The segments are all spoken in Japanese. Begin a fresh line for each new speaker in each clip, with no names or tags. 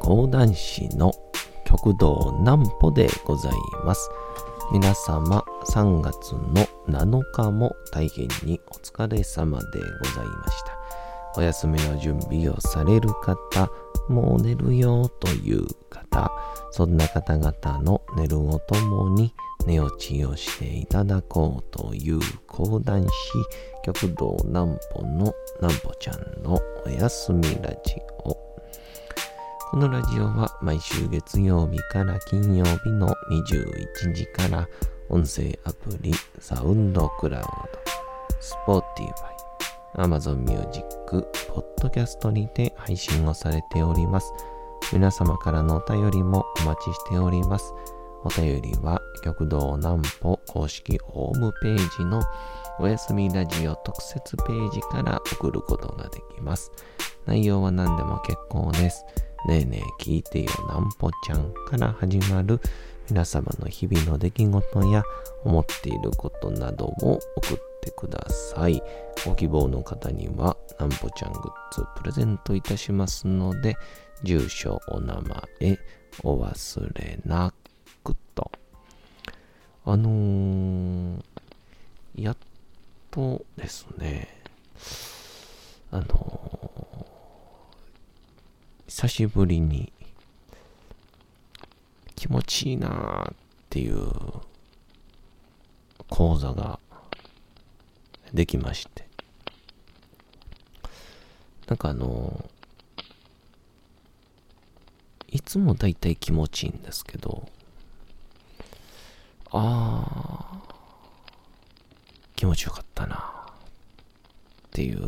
講談師の極道南歩でございます。皆様3月の7日も大変にお疲れ様でございました。お休みの準備をされる方、もう寝るよという方、そんな方々の寝るをともに寝落ちをしていただこうという講談師極道南歩の南歩ちゃんのおやすみラジオ。このラジオは毎週月曜日から金曜日の21時から音声アプリサウンドクラウド、Spotify、Amazon Music、Podcast にて配信をされております。皆様からのお便りもお待ちしております。お便りは極道南歩公式ホームページのおやすみラジオ特設ページから送ることができます。内容は何でも結構です。ねえねえ聞いてよ南歩ちゃんから始まる皆様の日々の出来事や思っていることなどを送ってください。ご希望の方には南歩ちゃんグッズプレゼントいたしますので、住所お名前お忘れなくと。やっとですね、久しぶりに気持ちいいなーっていう講座ができまして、なんかいつもだいたい気持ちいいんですけど、気持ちよかったなっていう、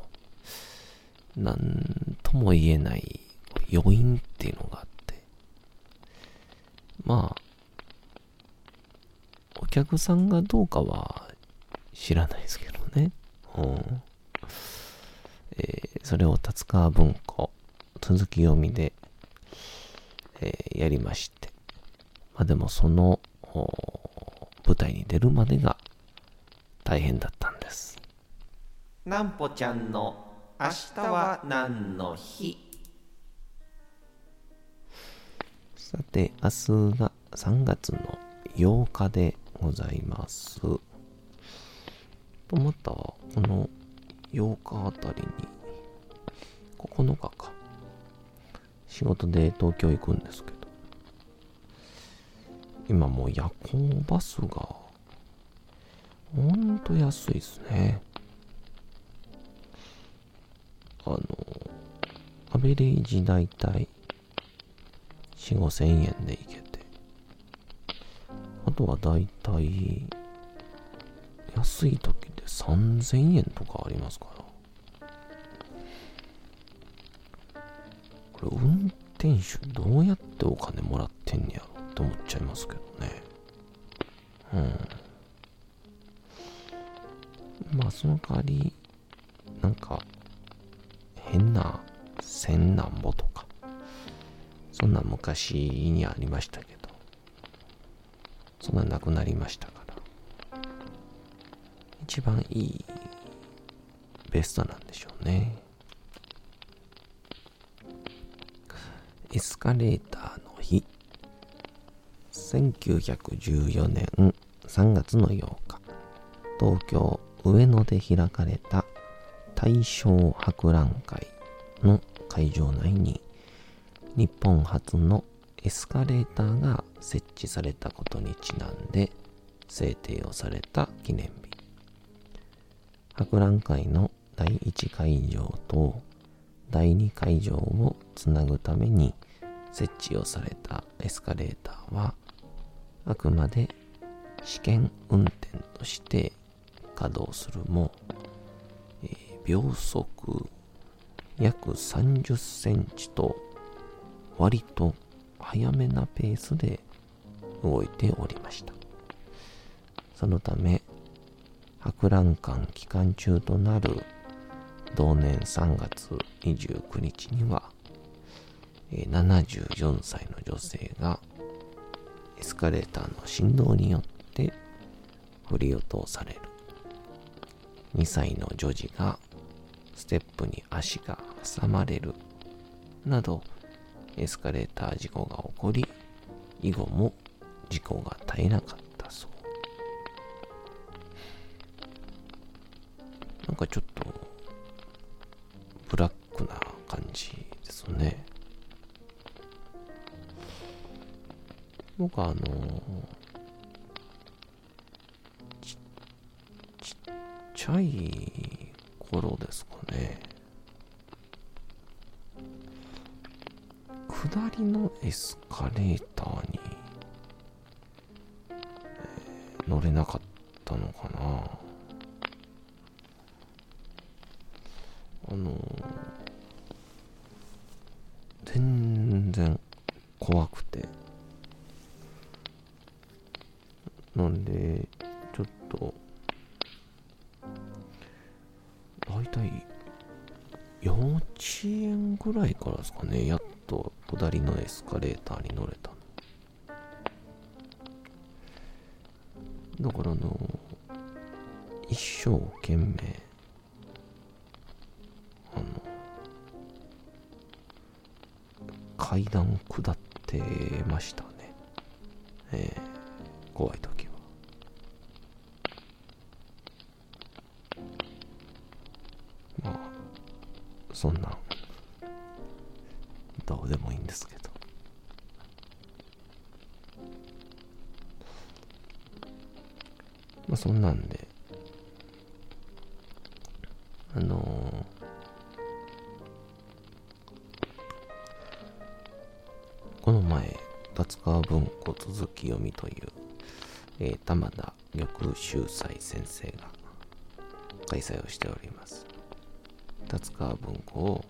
なんとも言えない余韻っていうのがあって、まあお客さんがどうかは知らないですけどね、それを立川文庫続き読みで、やりまして、でもその舞台に出るまでが大変だったんです。南歩ちゃんの明日は何の日。さて、明日が3月の8日でございます。またこの8日あたりに9日か仕事で東京行くんですけど、今もう夜行バスがほんと安いですね。アベレージだいたい4、5千円で行けて、あとはだいたい安い時で3000円とかありますから、これ運転手どうやってお金もらってんねやろって思っちゃいますけどね。その代わりなんか変な千なんぼとかそんな昔にありましたけど、そんななくなりましたから、一番いいベストなんでしょうね。エスカレーターの日、1914年3月の8日、東京上野で開かれた大正博覧会の会場内に日本初のエスカレーターが設置されたことにちなんで制定をされた記念日。博覧会の第1会場と第2会場をつなぐために設置をされたエスカレーターはあくまで試験運転として稼働するも、秒速約30センチと割と早めなペースで動いておりました。そのため博覧会期間中となる同年3月29日には、74歳の女性がエスカレーターの振動によって振り落とされる。2歳の女児がステップに足が挟まれるなど、 エスカレーター事故が起こり、以後も事故が絶えなかったそう。なんかちょっとブラックな感じですね。僕ちっちゃい頃ですかね。下りのエスカレーターに、乗れなかったのかな。全然怖くて、なんでちょっとだいたい幼稚園ぐらいからですかね、やっと下りのエスカレーターに乗れたの。だから一生懸命階段下ってましたね。怖い時は。まあそんなんどうでもいいんですけど。まあそんなんでこの前立川文庫続き読みという、玉田玉秀斎先生が開催をしております。立川文庫を、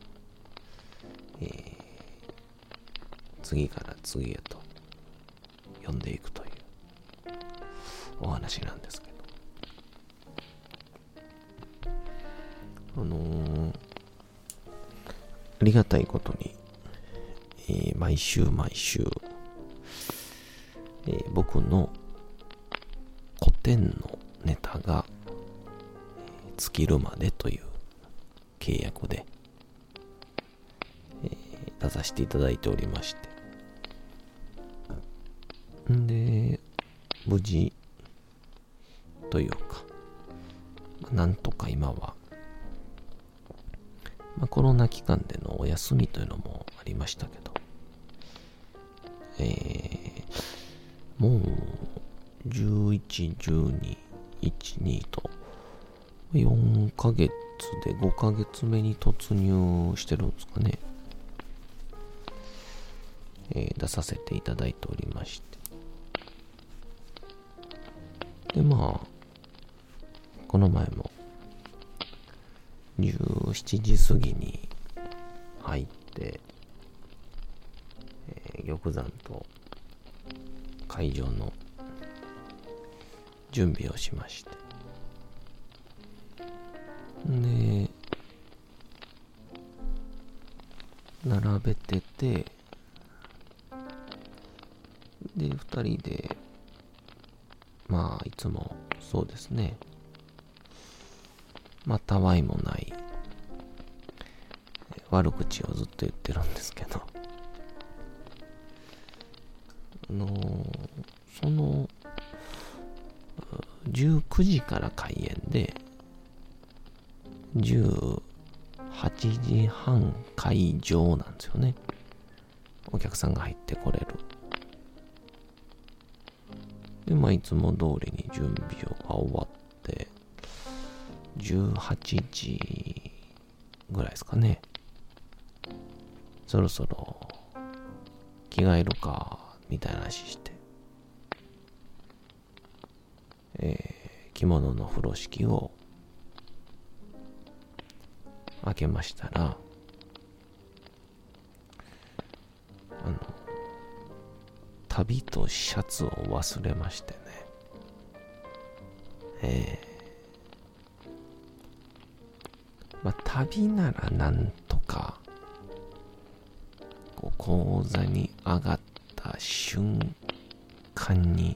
次から次へと読んでいくというお話なんですけど、ありがたいことに、毎週、僕の古典のネタが、尽きるまでという契約で、出させていただいておりまして、で無事というか、なんとか今は、コロナ期間でのお休みというのもありましたけど、もう11、12、1、2と4ヶ月で5ヶ月目に突入してるんですかね。出させていただいておりまして、でこの前も17時過ぎに入って、玉山と会場の準備をしまして、で並べてて、で2人でいつもそうですね、たわいもない悪口をずっと言ってるんですけど、その19時から開演で18時半会場なんですよね。お客さんが入ってこれる。でいつも通りに準備が終わって18時ぐらいですかね、そろそろ着替えるかみたいな話して、着物の風呂敷を開けましたら、旅とシャツを忘れましてね。旅ならなんとか講座に上がった瞬間に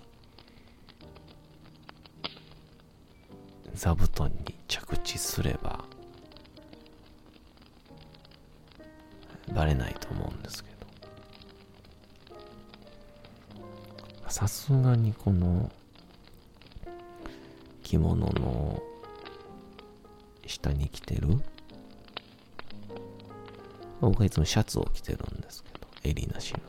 座布団に着地すればバレないと思うんですけど、 さすがにこの着物の下に着てる、僕はいつもシャツを着てるんですけど、襟なしの。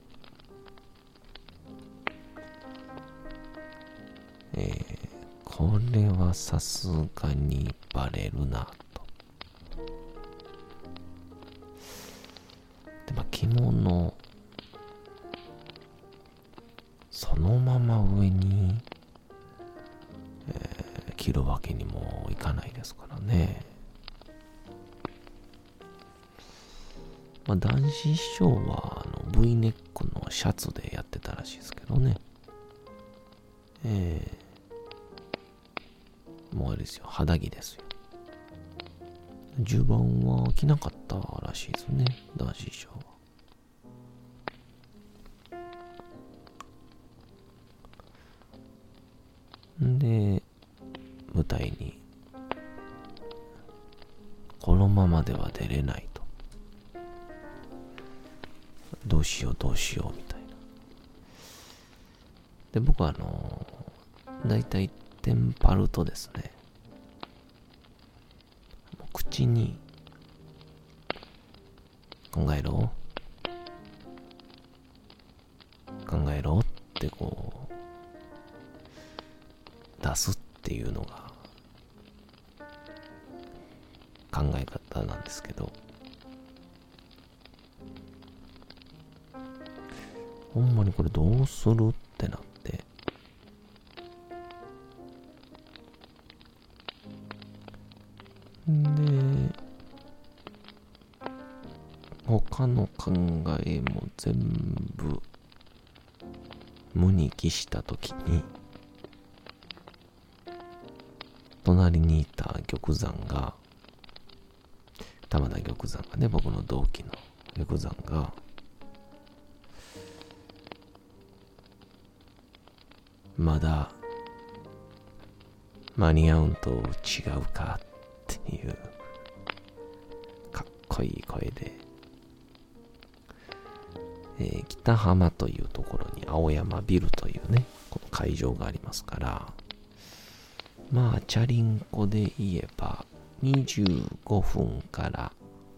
これはさすがにバレるなと。で、着物そのまま上に、着るわけにもいかないですからね。男子師匠はV ネックのシャツでやってたらしいですけどね。もうあれですよ、肌着ですよ。10番は着なかったらしいですね、男子師匠は。で、舞台にこのままでは出れないと。どうしようどうしようみたいな。で、僕はだいたいテンパるとですね、口に考えろってこう出すっていうのが考え方なんですけど、ほんまにこれどうするってなって、で、他の考えも全部無に帰したときに、隣にいた玉山が、玉田玉山がね、僕の同期の玉山が、まだ間に合うんと違うかっていうかっこいい声で、北浜というところに青山ビルというね、この会場がありますから、チャリンコで言えば25分から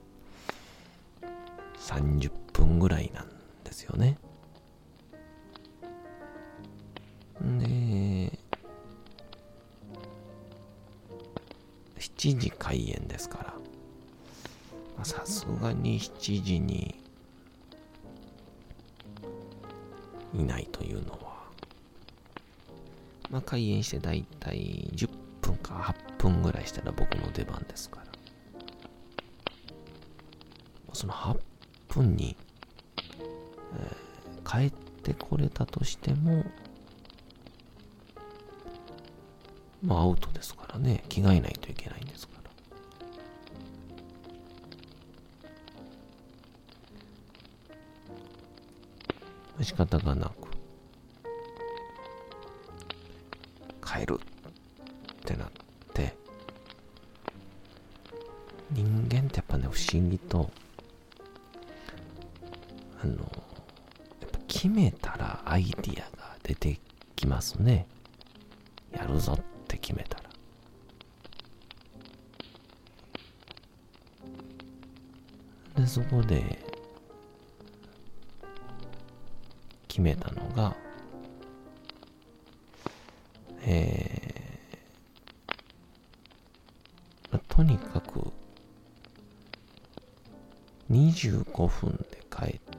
30分ぐらいなんですよね。で、7時開演ですから、さすがに7時にいないというのは、開演してだいたい10分か8分ぐらいしたら僕の出番ですから、その8分に、帰ってこれたとしても、アウトですからね。着替えないといけないんですから。仕方がなく帰るってなって、人間ってやっぱね、不思議とやっぱ決めたらアイディアが出てきますね。やるぞって決めたら。で、そこで決めたのが、とにかく25分で帰って、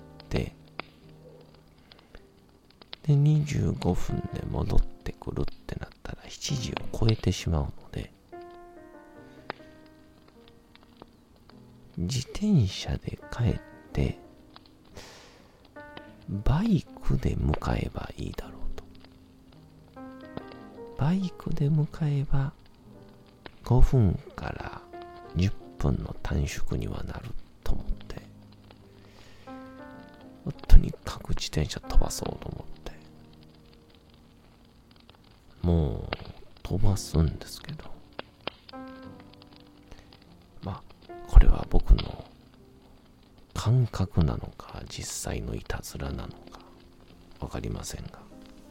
で25分で戻ってくるってなったら7時を超えてしまうので、自転車で帰ってバイクで向かえばいいだろうと。バイクで向かえば5分から10分の短縮にはなると思って、とにかく自転車飛ばそうと思って、もう飛ばすんですけど、これは僕の感覚なのか実際のいたずらなのかわかりませんが、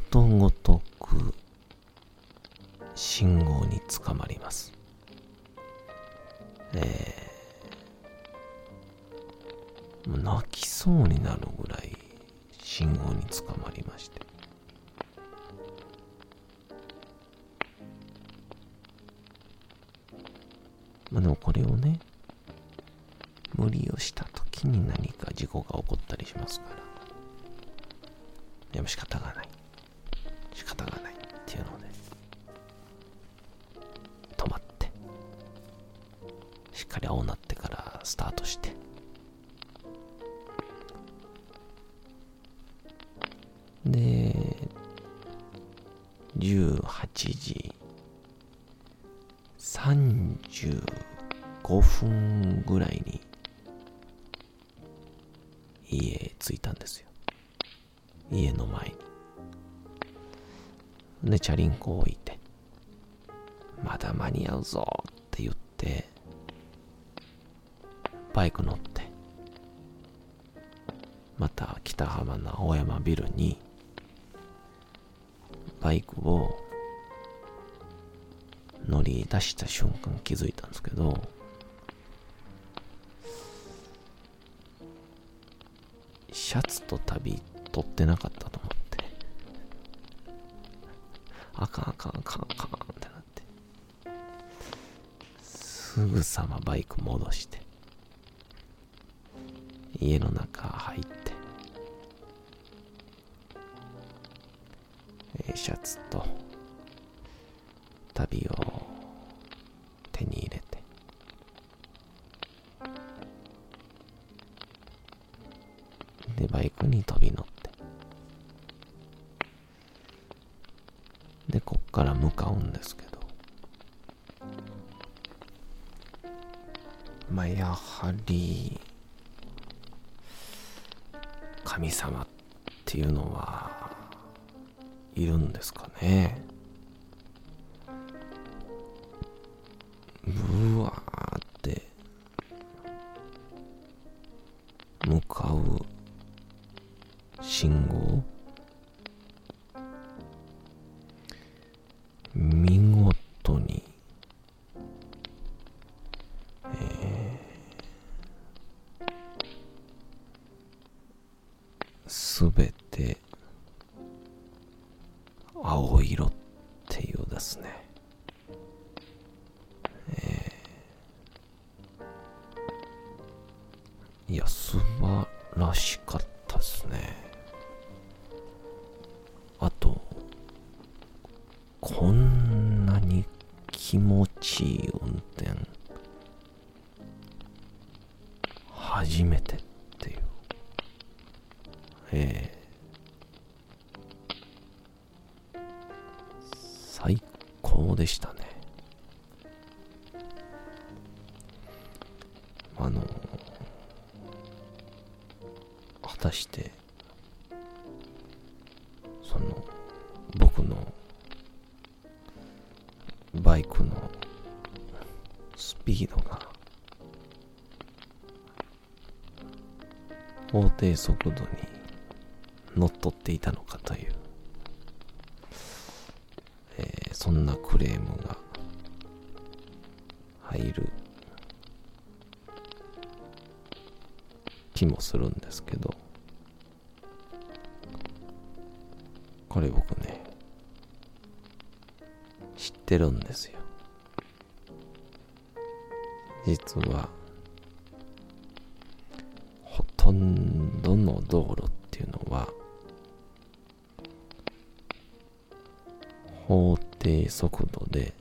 ことごとく信号に捕まります。もう泣きそうになるぐらい信号に捕まりまして、でもこれをね、無理をした時に何か事故が起こったりしますから、でも仕方がないっていうので止まって、しっかり青なってからスタートして、で18時35分ぐらいに家着いたんですよ。家の前に。で、チャリンコを置いて、まだ間に合うぞって言って、バイク乗って、また北浜の青山ビルに、バイクを乗り出した瞬間気づいたんですけど、シャツと旅取ってなかったと思って、あかんってなって、すぐさまバイク戻して、家の中入って、シャツと旅を手に入れて、でバイクに飛び乗って、でこっから向かうんですけど、やはり神様っていうのはいるんですかね。ブワーって向かう信号、見事にすべて青色っていうですね、いや素晴らしかったですね。あとこんなに気持ちいい運転初めてっていう、最高でしたね。果たしてその僕のバイクのスピードが法定速度にのっとっていたのかという、そんなクレームが入る気もするんですけど、これ僕ね知ってるんですよ。実はほとんどの道路っていうのは法定速度で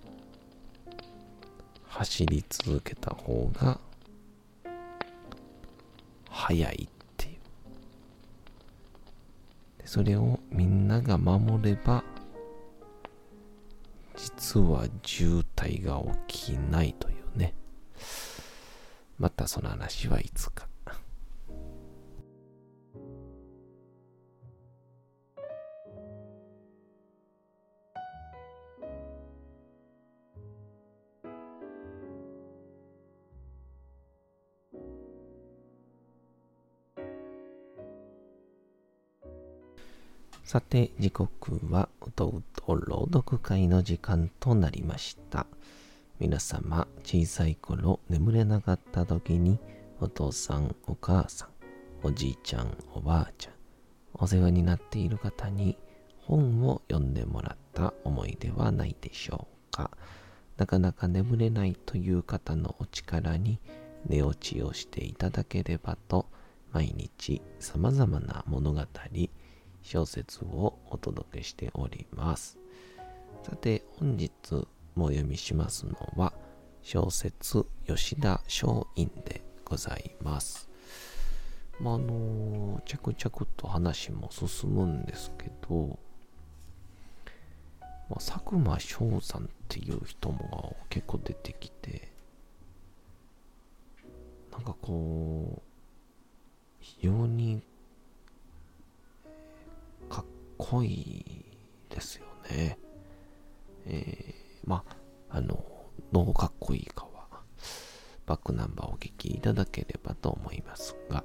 走り続けた方が速いっていう。でそれをみんなが守れば実は渋滞が起きないというね。またその話はいつか。 さて、時刻はうとうと朗読会の時間となりました。皆様、小さい頃眠れなかった時に、お父さん、お母さん、おじいちゃん、おばあちゃん、お世話になっている方に本を読んでもらった思い出はないでしょうか。なかなか眠れないという方のお力に寝落ちをしていただければと、毎日様々な物語、小説をお届けしております。さて、本日もお読みしますのは小説吉田松陰でございます。着々と話も進むんですけど、佐久間翔さんっていう人も結構出てきて、なんか非常にかっこいいですよね。どうかっこいいかはバックナンバーをお聞きいただければと思いますが、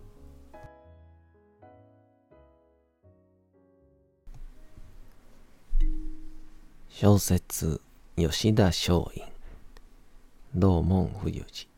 小説吉田松陰道門冬治。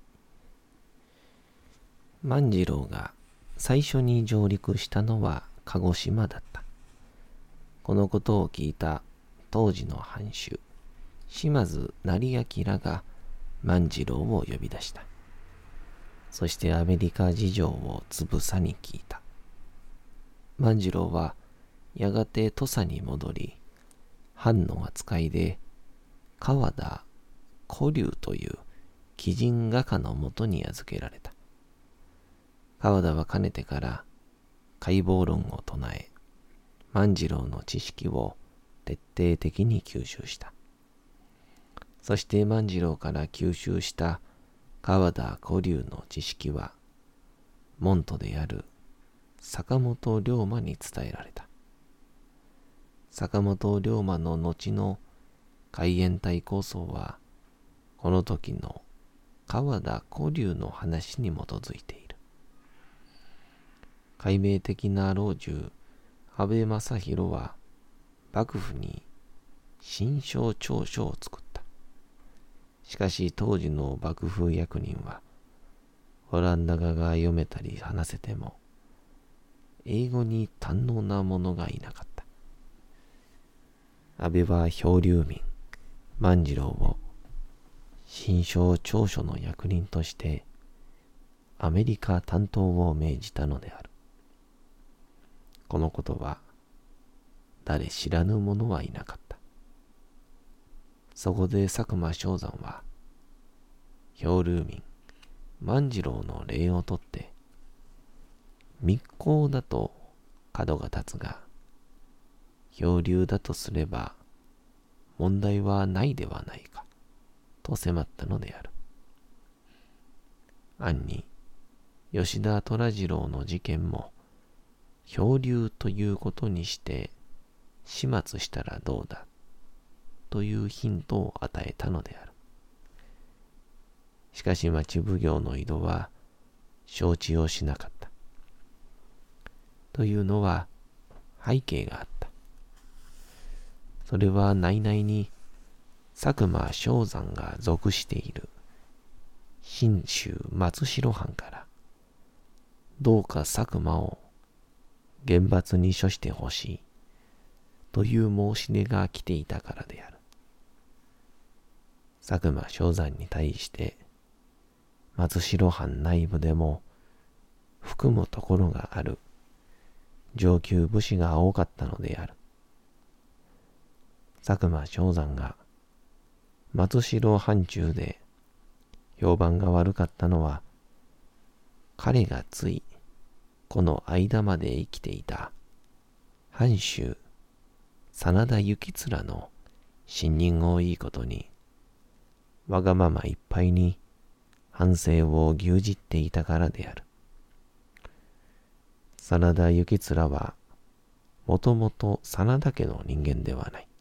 万次郎が最初に上陸したのは鹿児島だった。このことを聞いた当時の藩主島津成明が万次郎を呼び出した。そしてアメリカ事情をつぶさに聞いた。万次郎はやがて土佐に戻り、藩の扱いで川田古流という奇人画家のもとに預けられた。川田はかねてから解剖論を唱え、万次郎の知識を徹底的に吸収した。そして万次郎から吸収した川田古流の知識は、門徒である坂本龍馬に伝えられた。坂本龍馬の後の海援隊構想は、この時の川田古流の話に基づいている。解明的な老中、安倍正弘は、幕府に新書調書を作った。しかし当時の幕府役人は、オランダ語が読めたり話せても、英語に堪能な者がいなかった。安倍は漂流民、万次郎を新書調書の役人としてアメリカ担当を命じたのである。このことは誰知らぬ者はいなかった。そこで佐久間象山は漂流民万次郎の礼をとって密航だと角が立つが、漂流だとすれば問題はないではないかと迫ったのである。暗に吉田虎次郎の事件も漂流ということにして始末したらどうだというヒントを与えたのである。しかし町奉行の井戸は承知をしなかった。というのは背景があった。それは内々に佐久間象山が属している信州松代藩からどうか佐久間を厳罰に処してほしいという申し出が来ていたからである。佐久間象山に対して松代藩内部でも含むところがある上級武士が多かったのである。佐久間象山が松代藩中で評判が悪かったのは、彼がついこの間まで生きていた藩主真田幸貫の信任をいいことに、わがままいっぱいに藩政を牛耳っていたからである。真田幸貫はもともと真田家の人間ではない。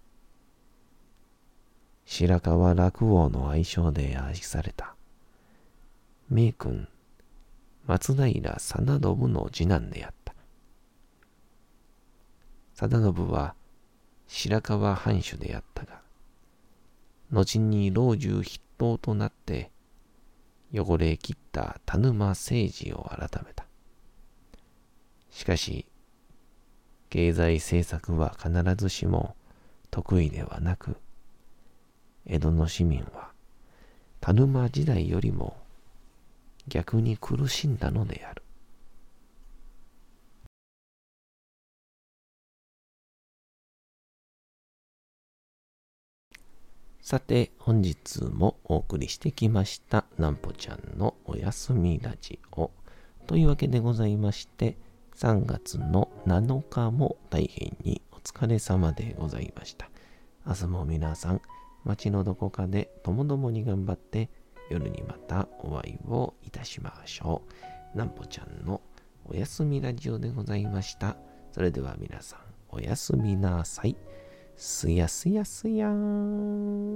白河落王の愛称で愛された名君松平定信の次男であった。 定信は白河藩主であったが、後に老中筆頭となって汚れ切った田沼政治を改めた。しかし、経済政策は必ずしも得意ではなく、江戸の市民は田沼時代よりも逆に苦しんだのである。さて、本日もお送りしてきましたなんぽちゃんのおやすみラジオというわけでございまして、3月の7日も大変にお疲れ様でございました。明日も皆さん、街のどこかでともどもに頑張って夜にまたお会いをいたしましょう。なんぽちゃんのおやすみラジオでございました。それでは皆さん、おやすみなさい。すやすやすやーん。